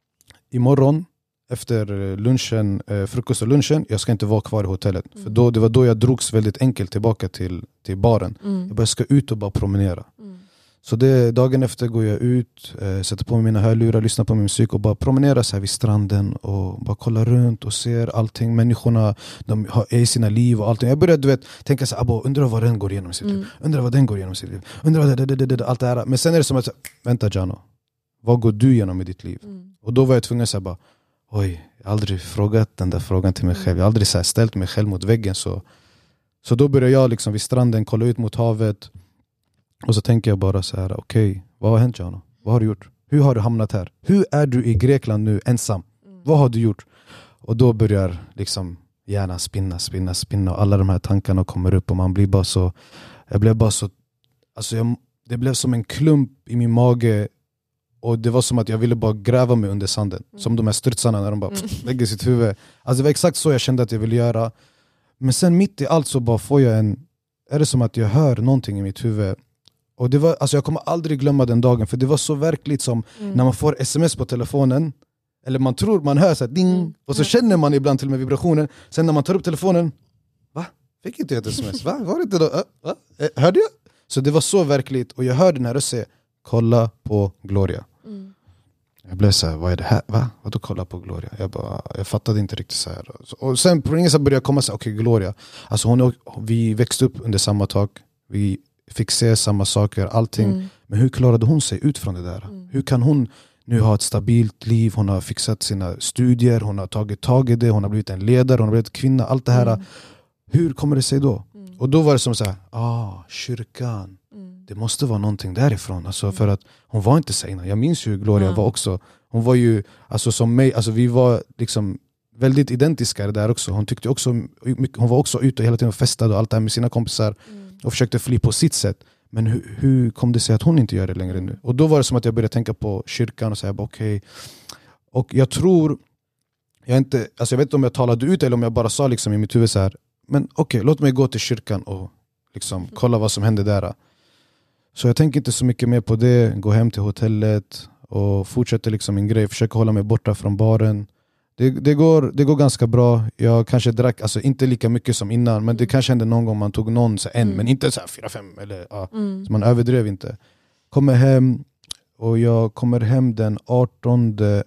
imorgon efter lunchen, eh, frukost och lunchen. Jag ska inte vara kvar i hotellet. Mm. För då, det var då jag drogs väldigt enkelt tillbaka till, till baren. Mm. Jag bara ska ut och bara promenera. Mm. Så det, dagen efter går jag ut, eh, sätter på mig mina hörlurar, lyssnar på min musik och bara promenerar så här vid stranden och bara kollar runt och ser allting. Människorna, de har i sina liv och allting. Jag började du vet, tänka så här, undrar vad den går igenom sitt liv. Mm. Undrar vad den går igenom sitt liv. Undrar vad det, det, det, det, allt det här. Men sen är det som att, vänta Jano, vad går du igenom i ditt liv? Mm. Och då var jag tvungen att säga bara, oj, jag har aldrig frågat den där frågan till mig själv. Jag har aldrig så här, ställt mig själv mot väggen. Så, så då började jag liksom vid stranden kolla ut mot havet. Och så tänker jag bara så här, okej, okay, vad har hänt Jano? Vad har du gjort? Hur har du hamnat här? Hur är du i Grekland nu ensam? Mm. Vad har du gjort? Och då börjar liksom hjärnan spinna, spinna, spinna och alla de här tankarna kommer upp och man blir bara så, jag blev bara så, alltså jag, det blev som en klump i min mage och det var som att jag ville bara gräva mig under sanden. Mm. Som de här störtsarna när de bara mm. lägger sitt huvud. Alltså det var exakt så jag kände att jag ville göra. Men sen mitt i allt så bara får jag en, är det som att jag hör någonting i mitt huvud. Och det var, alltså jag kommer aldrig glömma den dagen. För det var så verkligt som mm. när man får sms på telefonen. Eller man tror man hör så här, ding. Mm. Och så känner man ibland till och med vibrationen. Sen när man tar upp telefonen. Va? Fick inte jag ett sms? Va? Var det inte då? Uh, va? Eh, hörde jag? Så det var så verkligt. Och jag hörde den här rösten. Kolla på Gloria. Mm. Jag blev så här, vad är det här? Va? Vadå kolla på Gloria? Jag, bara, jag fattade inte riktigt så här. Och sen på inget sätt började jag komma och säga, okej okay, Gloria. Alltså hon, vi växte upp under samma tak. Vi fick se samma saker, allting. Mm. Men hur klarade hon sig ut från det där? Mm. Hur kan hon nu ha ett stabilt liv? Hon har fixat sina studier, hon har tagit tag i det, hon har blivit en ledare, hon har blivit kvinna, allt det här. Mm. Hur kommer det sig då? Mm. Och då var det som så här, ah, kyrkan. Mm. Det måste vara någonting därifrån. Alltså, mm. För att hon var inte så innan. Jag minns ju Gloria mm. var också. Hon var ju, alltså som mig, alltså vi var liksom väldigt identiska där också. Hon tyckte också, hon var också ute hela tiden och festade och allt det här med sina kompisar. Mm. Och försökte fly på sitt sätt. Men hur, hur kom det sig att hon inte gör det längre nu? Och då var det som att jag började tänka på kyrkan och säga okej. Okay. Och jag tror, jag, inte, alltså jag vet inte om jag talade ut eller om jag bara sa liksom i mitt huvud så här. Men okej, okay, låt mig gå till kyrkan och liksom kolla vad som hände där. Så jag tänker inte så mycket mer på det. Gå hem till hotellet och fortsätter liksom min grej. Försöka hålla mig borta från baren. Det, det, går, det går ganska bra. Jag kanske drack, alltså inte lika mycket som innan. Men det kanske hände någon gång man tog någon så en. Mm. Men inte så här fyra, fem. Eller, ja, mm. Så man överdrev inte. Kommer hem. Och jag kommer hem den artonde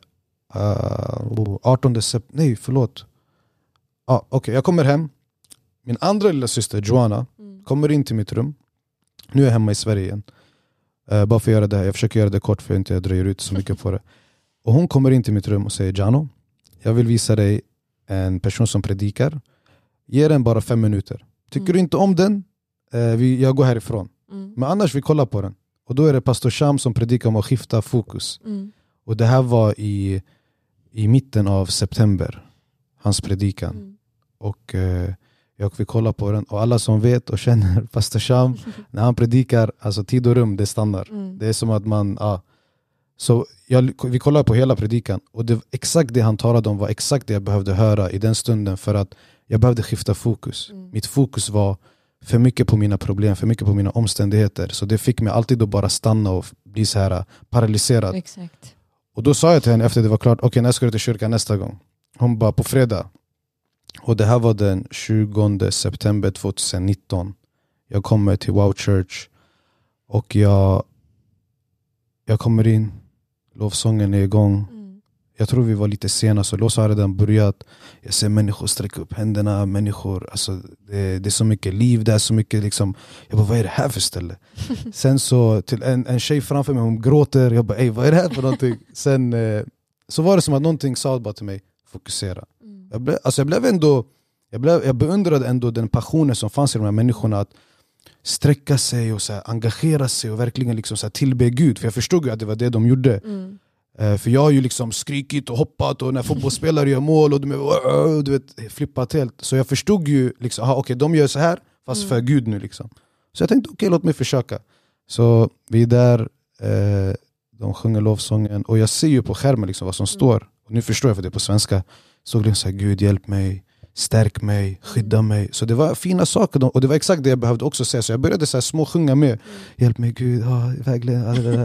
Uh, artonde september. Nej, förlåt. Ah, Okej, okay, jag kommer hem. Min andra lilla syster Joanna mm. kommer in till mitt rum. Nu är jag hemma i Sverige igen. Uh, bara för att göra det här. Jag försöker göra det kort för att inte jag dröjer ut så mycket på det. Och hon kommer in till mitt rum och säger Jano, jag vill visa dig en person som predikar. Ge den bara fem minuter. Tycker mm. du inte om den? Uh, vi, jag går härifrån. Mm. Men annars vi kollar på den. Och då är det pastor Sham som predikar om att skifta fokus. Mm. Och det här var i, i mitten av september. Hans predikan. Mm. Och eh, jag fick kolla på den. Och alla som vet och känner pastor Sham, när han predikar, alltså tid och rum, det stannar. Mm. Det är som att man... Ah, så jag, vi kollade på hela predikan. Och det, exakt det han talade om var exakt det jag behövde höra i den stunden. För att jag behövde skifta fokus. Mm. Mitt fokus var för mycket på mina problem, för mycket på mina omständigheter. Så det fick mig alltid att bara stanna och bli så här paralyserad. Exakt. Och då sa jag till henne efter det var klart, okej, okay, när ska du till kyrkan nästa gång? Hon bara, på fredag. Och det här var den tjugonde september tjugonitton. Jag kommer till Wow Church. Och jag, jag kommer in. Lovsången är igång. Mm. Jag tror vi var lite sena, så då så hade den börjat. Jag ser människor sträcka upp händerna, människor, alltså det, det är så mycket liv, det är så mycket liksom. Jag bara, vad är det här för ställe? Sen så till en, en tjej framför mig, hon gråter. Jag bara, ey, vad är det här för någonting? Sen eh, så var det som att någonting sa bara till mig, fokusera. Mm. Jag, blev, alltså jag blev ändå, jag, blev, jag beundrade ändå den passionen som fanns i de här människorna, att sträcka sig och så här, engagera sig och verkligen liksom så här, tillbe Gud. För jag förstod ju att det var det de gjorde. Mm. För jag har ju liksom skrikit och hoppat, och när fotbollsspelare gör mål och du, du vet, flippat helt. Så jag förstod ju liksom, aha, okej, de gör så här fast mm. för Gud nu liksom. Så jag tänkte, okej, låt mig försöka. Så vi är där, eh, de sjunger lovsången och jag ser ju på skärmen liksom vad som mm. står. Och nu förstår jag, för det är på svenska. Så det så här, Gud hjälp mig, stärk mig, skydda mm. mig. Så det var fina saker, och det var exakt det jag behövde också säga. Så jag började så här små sjunga med. Mm. Hjälp mig Gud, ah, vägled.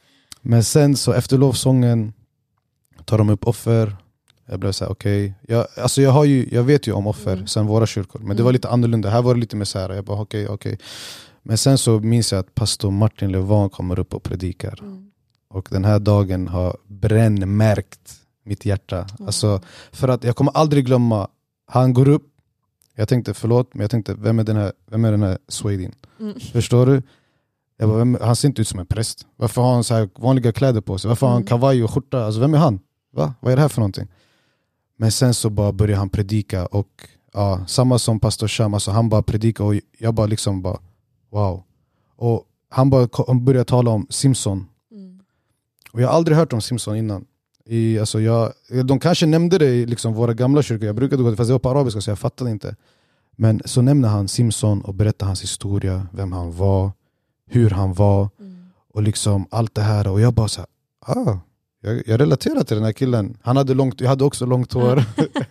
Men sen så efter lovsången tar de upp offer. Jag blev så här, okej. Okay. Jag, alltså jag, har ju, jag vet ju om offer mm. sen våra kyrkor. Men mm. det var lite annorlunda. Här var det lite mer så här. Jag bara okej, okay, okej. Okay. Men sen så minns jag att pastor Martin Levan kommer upp och predikar. Mm. Och den här dagen har brännmärkt mitt hjärta. Mm. Alltså, för att jag kommer aldrig glömma. Han går upp. Jag tänkte förlåt, men jag tänkte vem är den här, vem är den här Swedin? Mm. Förstår du? Jag bara, vem, han ser inte ut som en präst. Varför har han så här vanliga kläder på sig? Varför har han kavaj och skjorta? Alltså, vem är han? Va? Vad är det här för någonting? Men sen så bara börjar han predika. Och ja, samma som pastor Sham. Alltså, han bara predika och jag bara liksom bara wow. Och han bara han började tala om Simpson. Mm. Och jag har aldrig hört om Simpson innan. I, alltså jag, de kanske nämnde det i liksom våra gamla kyrkor. Jag brukade gå, fast det var på arabiska så jag fattade inte. Men så nämnde han Simpson och berättade hans historia. Vem han var. Hur han var. Mm. Och liksom allt det här. Och jag bara så här, ah, jag, jag relaterar till den här killen. Han hade långt, jag hade också långt hår.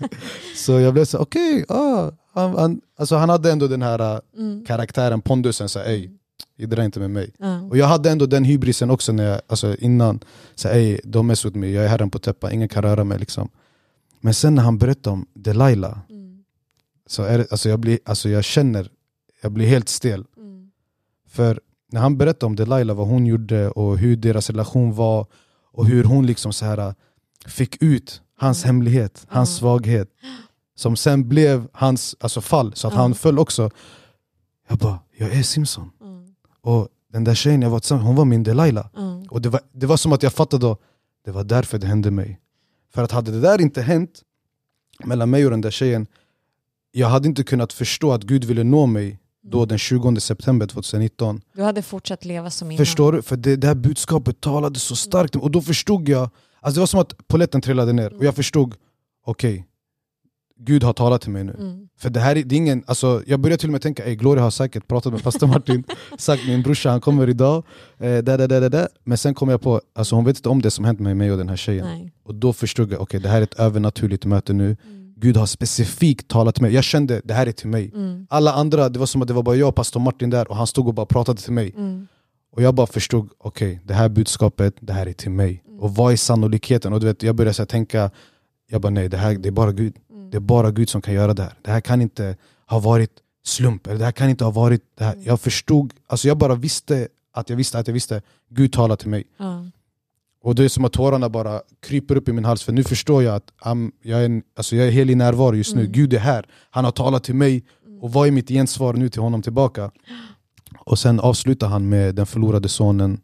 Så jag blev så okej, okay, ah, han, han, alltså han hade ändå den här mm. karaktären, pondusen, så ej, idra inte med mig. Mm. Och jag hade ändå den hybrisen också när jag, alltså innan, så ej, de är så mig, jag är herren på täppan, ingen kan röra mig liksom. Men sen när han berättade om Delilah, mm. så är det, alltså jag blir, alltså jag känner, jag blir helt stel. Mm. För när han berättade om Delilah, vad hon gjorde och hur deras relation var och hur hon liksom så här fick ut hans mm. hemlighet, hans mm. svaghet, som sen blev hans alltså fall, så att mm. han föll också. Jag bara, jag är Simpson. Mm. Och den där tjejen jag var tillsammans, hon var min Delilah. Mm. Och det var, det var som att jag fattade då, det var därför det hände mig. För att hade det där inte hänt mellan mig och den där tjejen, jag hade inte kunnat förstå att Gud ville nå mig då den tjugonde september tjugonitton. Du hade fortsatt leva som innan. Förstår du? För det, det här budskapet talade så starkt. Och då förstod jag, alltså det var som att polletten trillade ner. Mm. Och jag förstod, okej, okay, Gud har talat till mig nu. Mm. För det här är, det är ingen, alltså jag började till och med tänka, ey, Gloria har säkert pratat med pastor Martin. Sagt min brorsa, han kommer idag. Eh, där, där, där, där. Men sen kom jag på, alltså hon vet inte om det som hänt med mig och den här tjejen. Nej. Och då förstod jag, okej, okay, det här är ett övernaturligt möte nu. Mm. Gud har specifikt talat till mig. Jag kände, det här är till mig. Mm. Alla andra, det var som att det var bara jag och pastor Martin där. Och han stod och bara pratade till mig. Mm. Och jag bara förstod, okej, okay, det här budskapet, det här är till mig. Mm. Och vad är sannolikheten? Och du vet, jag började så här tänka, jag bara nej, det här det är bara Gud. Mm. Det är bara Gud som kan göra det här. Det här kan inte ha varit slump. Eller det här kan inte ha varit det här. Mm. Jag förstod, alltså jag bara visste att jag visste att jag visste. Gud talade till mig. Mm. Och det är som att tårarna bara kryper upp i min hals. För nu förstår jag att um, jag, är en, alltså jag är helig närvaro just nu. Mm. Gud är här. Han har talat till mig. Och vad är mitt gensvar nu till honom tillbaka? Och sen avslutar han med den förlorade sonen.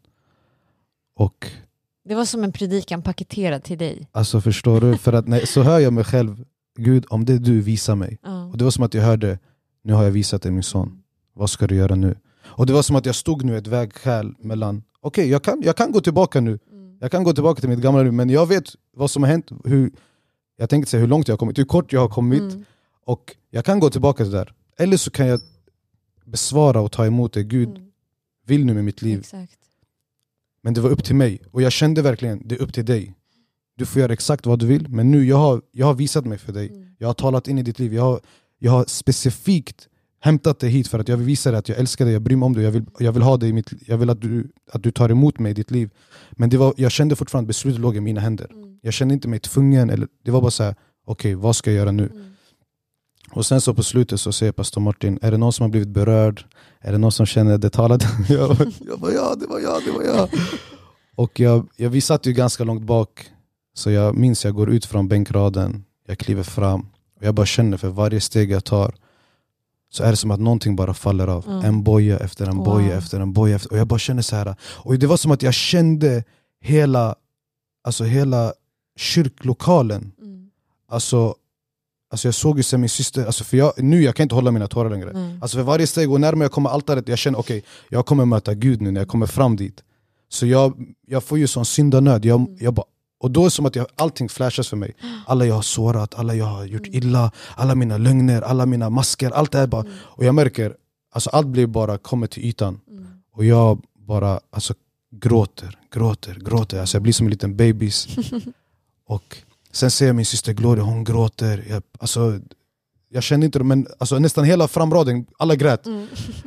Och det var som en predikan paketerad till dig. Alltså förstår du? För att nej, så hör jag mig själv. Gud, om det du visar mig. Mm. Och det var som att jag hörde, nu har jag visat dig min son. Vad ska du göra nu? Och det var som att jag stod nu ett vägskäl mellan, okej okay, jag, kan, jag kan gå tillbaka nu. Mm. Jag kan gå tillbaka till mitt gamla liv, men jag vet vad som har hänt. Hur, jag tänkte säga hur långt jag har kommit, hur kort jag har kommit. Mm. Och jag kan gå tillbaka till det där. Eller så kan jag besvara och ta emot det Gud mm. vill nu med mitt liv. Exakt. Men det var upp till mig. Och jag kände verkligen, det är upp till dig. Du får göra exakt vad du vill. Men nu, jag har, jag har visat mig för dig. Mm. Jag har talat in i ditt liv. Jag har, jag har specifikt hämtat dig hit för att jag vill visa dig att jag älskar dig. Jag bryr mig om dig. Jag vill, jag vill ha dig i mitt liv. Jag vill att du, att du tar emot mig i ditt liv. Men det var, jag kände fortfarande att beslutet låg i mina händer. Mm. Jag kände inte mig tvungen. Eller, det var bara så här, okej, okay, vad ska jag göra nu? Mm. Och sen så på slutet så säger pastor Martin, är det någon som har blivit berörd? Är det någon som känner det talat? jag, jag bara, ja, det var jag, det var jag. Och jag, jag, vi satt ju ganska långt bak. Så jag minns jag går ut från bänkraden. Jag kliver fram. Och jag bara känner för varje steg jag tar så är det som att någonting bara faller av. Mm. En boja efter en boja wow. efter en boja. Efter, och jag bara känner så här. Och det var som att jag kände hela, alltså hela kyrklokalen. Mm. Alltså, alltså jag såg ju sen min syster. Alltså för jag, nu jag kan inte hålla mina tårar längre. Mm. Alltså för varje steg och närmare jag kommer altaret. Jag känner okej, okay, jag kommer möta Gud nu när jag kommer fram dit. Så jag, jag får ju sån syndanöd. Jag, mm. jag bara, och då är det som att jag, allting flashas för mig. Alla jag har sårat, alla jag har gjort illa, alla mina lögner, alla mina masker, allt det här bara. Mm. Och jag märker, alltså allt blir bara kommer till ytan. Mm. Och jag bara alltså, gråter, gråter, gråter. Alltså jag blir som en liten babys. Och sen ser jag min syster Gloria, hon gråter. Jag, alltså, jag kände inte det, men alltså, nästan hela framraden, alla grät. Mm.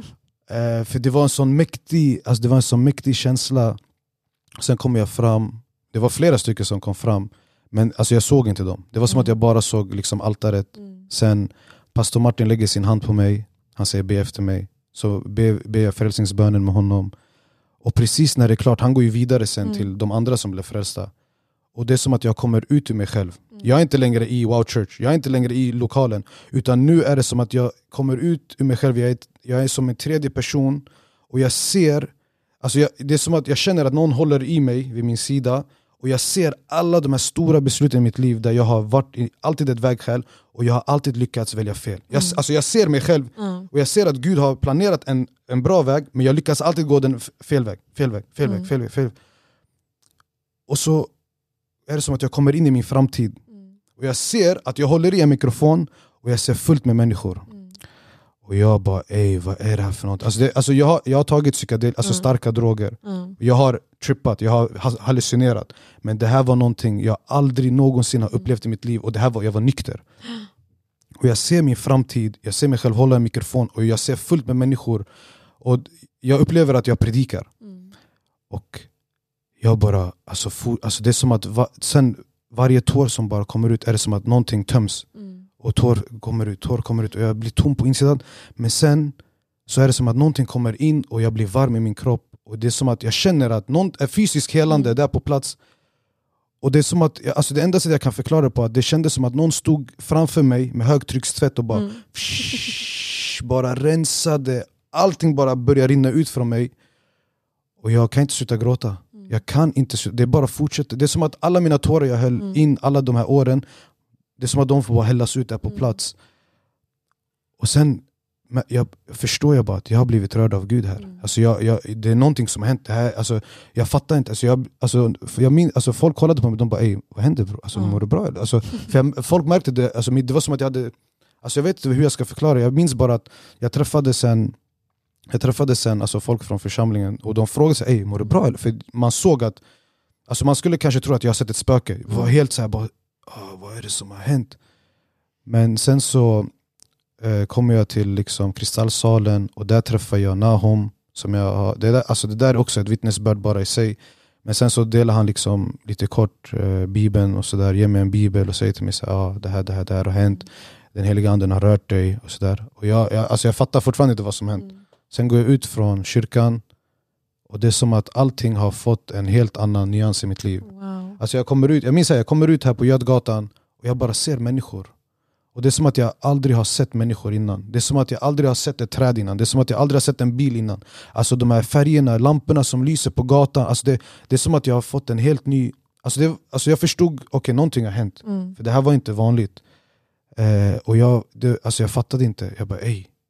eh, för det var en sån mäktig, alltså, det var en sån mäktig känsla. Sen kom jag fram. Det var flera stycken som kom fram. Men alltså jag såg inte dem. Det var som mm. att jag bara såg liksom altaret. Mm. Sen pastor Martin lägger sin hand på mig. Han säger be efter mig. Så ber be jag frälsningsbönen med honom. Och precis när det är klart, han går ju vidare sen mm. till de andra som blev frälsta. Och det är som att jag kommer ut ur mig själv. Mm. Jag är inte längre i Wow Church. Jag är inte längre i lokalen. Utan nu är det som att jag kommer ut ur mig själv. Jag är, ett, jag är som en tredje person. Och jag ser... Alltså jag, det är som att jag känner att någon håller i mig vid min sida. Och jag ser alla de här stora besluten i mitt liv där jag har varit i, alltid ett vägskäl och jag har alltid lyckats välja fel. Jag, mm. alltså jag ser mig själv mm. och jag ser att Gud har planerat en, en bra väg, men jag lyckas alltid gå den fel väg, fel väg, fel väg, mm. fel väg, fel väg. Och så är det som att jag kommer in i min framtid mm. och jag ser att jag håller i en mikrofon och jag ser fullt med människor. Mm. Och jag bara, ej, vad är det här för något? Alltså, det, alltså jag, har, jag har tagit psykedel, alltså mm. starka droger. Mm. Jag har trippat, jag har hallucinerat. Men det här var någonting jag aldrig någonsin har upplevt i mitt liv. Och det här var, jag var nykter. Och jag ser min framtid, jag ser mig själv hålla en mikrofon. Och jag ser fullt med människor. Och jag upplever att jag predikar. Mm. Och jag bara, alltså, for, alltså det är som att va, sen varje tår som bara kommer ut är det som att någonting töms. Mm. Och tår kommer ut, tår kommer ut och jag blir tom på insidan. Men sen så är det som att någonting kommer in och jag blir varm i min kropp. Och det är som att jag känner att någon är fysiskt helande mm. där på plats. Och det är som att, alltså det enda sättet jag kan förklara på att det kändes som att någon stod framför mig med högtryckstvätt och bara mm. psh, bara rensade. Allting bara börjar rinna ut från mig. Och jag kan inte sluta gråta. Mm. Jag kan inte sluta, det är bara fortsätter. Det är som att alla mina tårar jag höll mm. in alla de här åren, det är som att de får bara hällas ut där på mm. plats. Och sen jag förstår jag bara att jag har blivit rörd av Gud här. Mm. Alltså jag, jag, det är någonting som har hänt. Det här, alltså, jag fattar inte. Alltså jag, alltså, jag min, alltså folk kollade på mig och de bara, ej, vad händer bro? Alltså, mm. mår du bra? Alltså, för jag, folk märkte det. Alltså, det var som att jag hade... Alltså, jag vet inte hur jag ska förklara. Jag minns bara att jag träffade sen... Jag träffade sen alltså, folk från församlingen och de frågade sig, ej, mår du bra? För man såg att... Alltså, man skulle kanske tro att jag har sett ett spöke. Jag var helt så här, bara, vad är det som har hänt? Men sen så... kommer jag till liksom Kristallsalen och där träffar jag Nahom som jag har, det där, alltså det där är också ett vittnesbörd bara i sig, men sen så delar han liksom lite kort eh, Bibeln och så där, ger mig en bibel och säger till mig så ja ah, det här det här det här har hänt, den heliga anden har rört dig och så där, och jag, jag alltså jag fattar fortfarande inte vad som hänt. Mm. Sen går jag ut från kyrkan och det är som att allting har fått en helt annan nyans i mitt liv. Wow. Alltså jag kommer ut, jag minns att jag kommer ut här på Götgatan och jag bara ser människor. Och det är som att jag aldrig har sett människor innan. Det är som att jag aldrig har sett ett träd innan. Det är som att jag aldrig har sett en bil innan. Alltså de här färgerna, lamporna som lyser på gatan. Alltså det, det är som att jag har fått en helt ny... Alltså, det, alltså jag förstod, okej, okay, någonting har hänt. Mm. För det här var inte vanligt. Eh, och jag, det, alltså jag fattade inte. Jag bara, ej.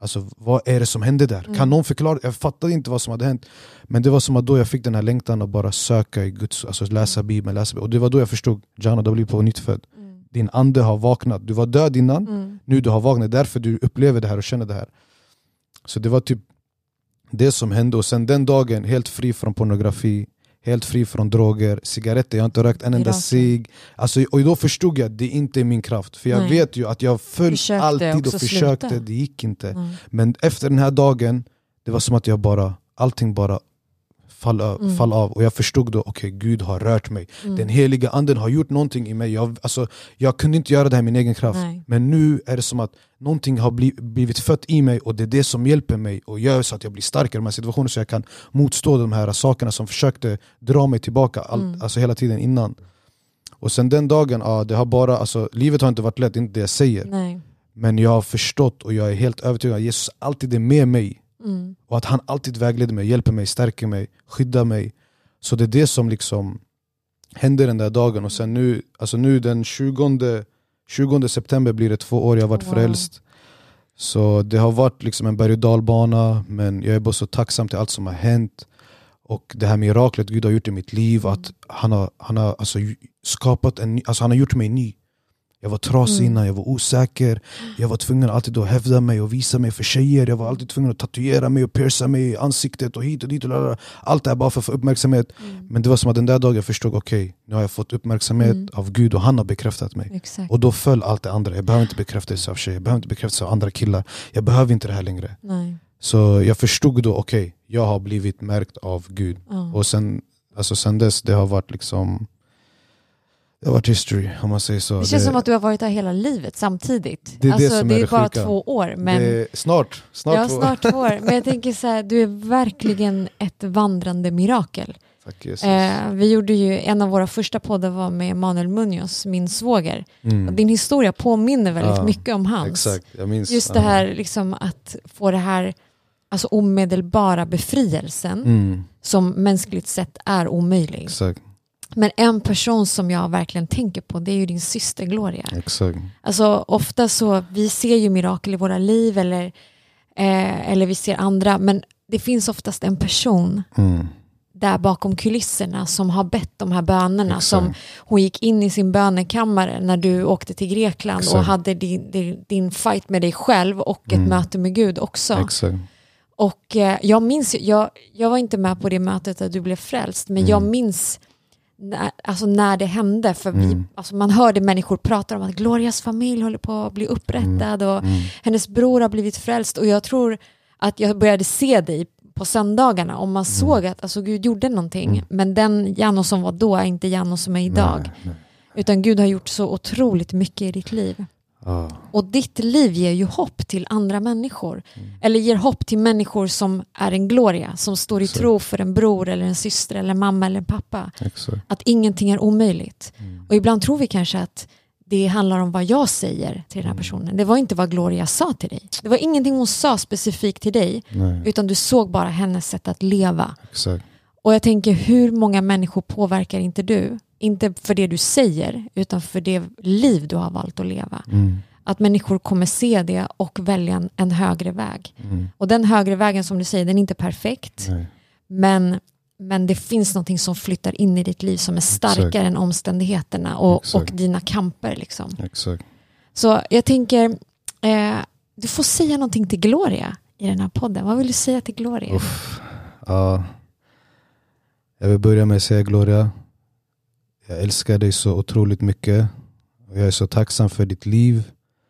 Alltså vad är det som hände där? Mm. Kan någon förklara? Jag fattade inte vad som hade hänt. Men det var som att då jag fick den här längtan att bara söka i Guds, alltså läsa Bibeln, läsa Bibeln. Och det var då jag förstod, Jana, du har blivit på nytt född. Mm. Din ande har vaknat. Du var död innan, mm. nu du har vaknat. Därför du upplever det här och känner det här. Så det var typ det som hände. Och sen den dagen, helt fri från pornografi, helt fri från droger, cigaretter, jag har inte rökt en enda cigg. Alltså, och då förstod jag att det inte är min kraft. För jag Nej. vet ju att jag följt alltid och försökte, sluta. Det gick inte. Mm. Men efter den här dagen, det var som att jag bara, allting bara fall, mm. fall av. Och jag förstod då, okej, okay, Gud har rört mig. Mm. Den heliga anden har gjort någonting i mig. Jag, alltså, jag kunde inte göra det här i min egen kraft. Nej. Men nu är det som att någonting har bliv, blivit fött i mig, och det är det som hjälper mig och gör så att jag blir starkare i de här situationerna, så jag kan motstå de här sakerna som försökte dra mig tillbaka all, mm. alltså hela tiden innan. Och sen den dagen, ja, det har bara, alltså, livet har inte varit lätt, det är inte det jag säger. Nej. Men jag har förstått och jag är helt övertygad att Jesus alltid är med mig. Mm. Och att han alltid vägleder mig, hjälper mig, stärker mig, skyddar mig. Så det är det som liksom händer den där dagen. Och sen nu, alltså nu den tjugonde september blir det två år jag har varit wow. frälst. Så det har varit liksom en berg- och dalbana, men jag är bara så tacksam till allt som har hänt. Och det här miraklet Gud har gjort i mitt liv, att han har, han har alltså skapat en ny, alltså han har gjort mig ny. Jag var trasig mm. innan, jag var osäker. Jag var tvungen att alltid att hävda mig och visa mig för tjejer. Jag var alltid tvungen att tatuera mig och pierca mig i ansiktet och hit och dit. Och lalala. Allt det här bara för att få uppmärksamhet. Mm. Men det var som att den där dagen jag förstod, okej, okay, nu har jag fått uppmärksamhet mm. av Gud och han har bekräftat mig. Exakt. Och då föll allt det andra. Jag behöver inte bekräftelse av tjejer, jag behöver inte bekräftelse av andra killar. Jag behöver inte det här längre. Nej. Så jag förstod då, okej, okay, jag har blivit märkt av Gud. Mm. Och sen, alltså sen dess, det har varit liksom... Det har varit history, om man säger så. Det känns det, som att du har varit där hela livet samtidigt. Det är, alltså, det som det är, är bara sjuka. två år. Men... Det är snart, snart, ja, två. snart två år. Men jag tänker så här, du är verkligen ett vandrande mirakel. Tack Jesus. Eh, vi gjorde ju, en av våra första poddar var med Manuel Munoz, min svåger. Mm. Och din historia påminner väldigt ja, mycket om hans. Exakt, jag minns. Just det här liksom, att få det här, alltså omedelbara befrielsen mm. som mänskligt sett är omöjlig. Exakt. Men en person som jag verkligen tänker på, det är ju din syster Gloria. Exakt. Alltså ofta så, vi ser ju mirakel i våra liv eller, eh, eller vi ser andra, men det finns oftast en person mm. där bakom kulisserna som har bett de här bönerna. Exakt. Som hon gick in i sin bönekammare när du åkte till Grekland. Exakt. Och hade din, din, din fight med dig själv och ett mm. möte med Gud också. Exakt. Och eh, jag minns, jag, jag var inte med på det mötet där du blev frälst, men mm. jag minns när, alltså när det hände, för vi, mm. alltså man hörde människor prata om att Glorias familj håller på att bli upprättad och mm. hennes bror har blivit frälst, och jag tror att jag började se dig på söndagarna och man mm. såg att alltså, Gud gjorde någonting, mm. men den Janno som var då är inte Janno som är idag. Nej, nej. Utan Gud har gjort så otroligt mycket i ditt liv. Ah. Och ditt liv ger ju hopp till andra människor. Mm. Eller ger hopp till människor som är en Gloria, som står i så. Tro för en bror eller en syster eller en mamma eller en pappa. Exakt. Att ingenting är omöjligt. Mm. Och ibland tror vi kanske att det handlar om vad jag säger till den här personen. Det var inte vad Gloria sa till dig. Det var ingenting hon sa specifikt till dig. Nej. Utan du såg bara hennes sätt att leva. Exakt. Och jag tänker, hur många människor påverkar inte du? Inte för det du säger, utan för det liv du har valt att leva. Mm. Att människor kommer se det och välja en, en högre väg. Mm. Och den högre vägen, som du säger, den är inte perfekt. Nej. Men, men det finns någonting som flyttar in i ditt liv som är starkare Exakt. Än omständigheterna och, och dina kamper. Liksom. Exakt. Så jag tänker, eh, du får säga någonting till Gloria i den här podden. Vad vill du säga till Gloria? Uff, uh, jag vill börja med att säga, Gloria, jag älskar dig så otroligt mycket. Och jag är så tacksam för ditt liv.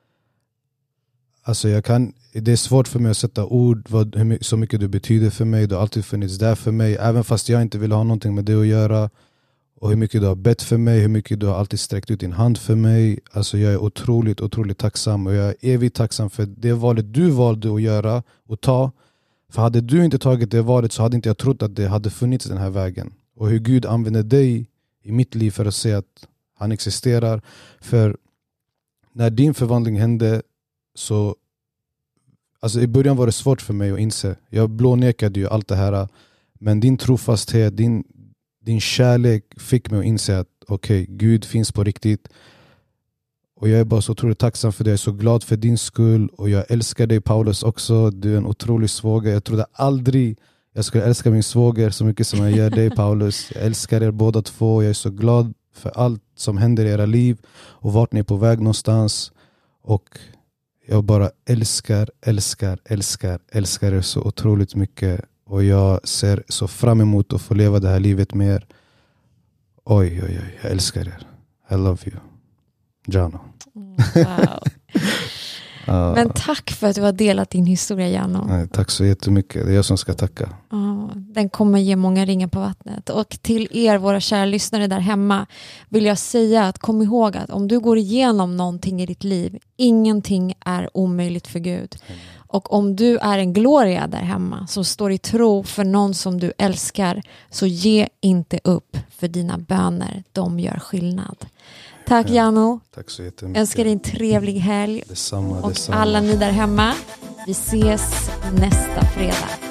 Alltså jag kan, det är svårt för mig att sätta ord vad, hur, så mycket du betyder för mig. Du har alltid funnits där för mig. Även fast jag inte vill ha någonting med det att göra. Och hur mycket du har bett för mig. Hur mycket du har alltid sträckt ut din hand för mig. Alltså jag är otroligt, otroligt tacksam. Och jag är evigt tacksam för det valet du valde att göra och ta. För hade du inte tagit det valet så hade inte jag trott att det hade funnits den här vägen. Och hur Gud använder dig i mitt liv för att se att han existerar. För när din förvandling hände så, alltså i början var det svårt för mig att inse. Jag blånekade ju allt det här, men din trofasthet, din, din kärlek fick mig att inse att okej, okay, Gud finns på riktigt. Och jag är bara så otroligt tacksam för det. Jag är så glad för din skull. Och jag älskar dig, Paulus, också. Du är en otrolig svåger. Jag trodde aldrig jag skulle älska min svåger så mycket som jag gör dig, Paulus. Jag älskar er båda två. Jag är så glad för allt som händer i era liv. Och vart ni är på väg någonstans. Och jag bara älskar, älskar, älskar, älskar er så otroligt mycket. Och jag ser så fram emot att få leva det här livet med er. Oj, oj, oj. Jag älskar er. I love you. Jano. Wow. uh, Men tack för att du har delat din historia, Jano. Nej, tack så jättemycket. Det är jag som ska tacka. Uh, den kommer ge många ringar på vattnet. Och till er, våra kära lyssnare där hemma, vill jag säga att kom ihåg att om du går igenom någonting i ditt liv, ingenting är omöjligt för Gud. Mm. Och om du är en Gloria där hemma som står i tro för någon som du älskar, så ge inte upp, för dina böner, de gör skillnad. Tack, Jano. Tack så jättemycket. Önskar dig en trevlig helg. Detsamma, och detsamma. alla ni där hemma, vi ses nästa fredag.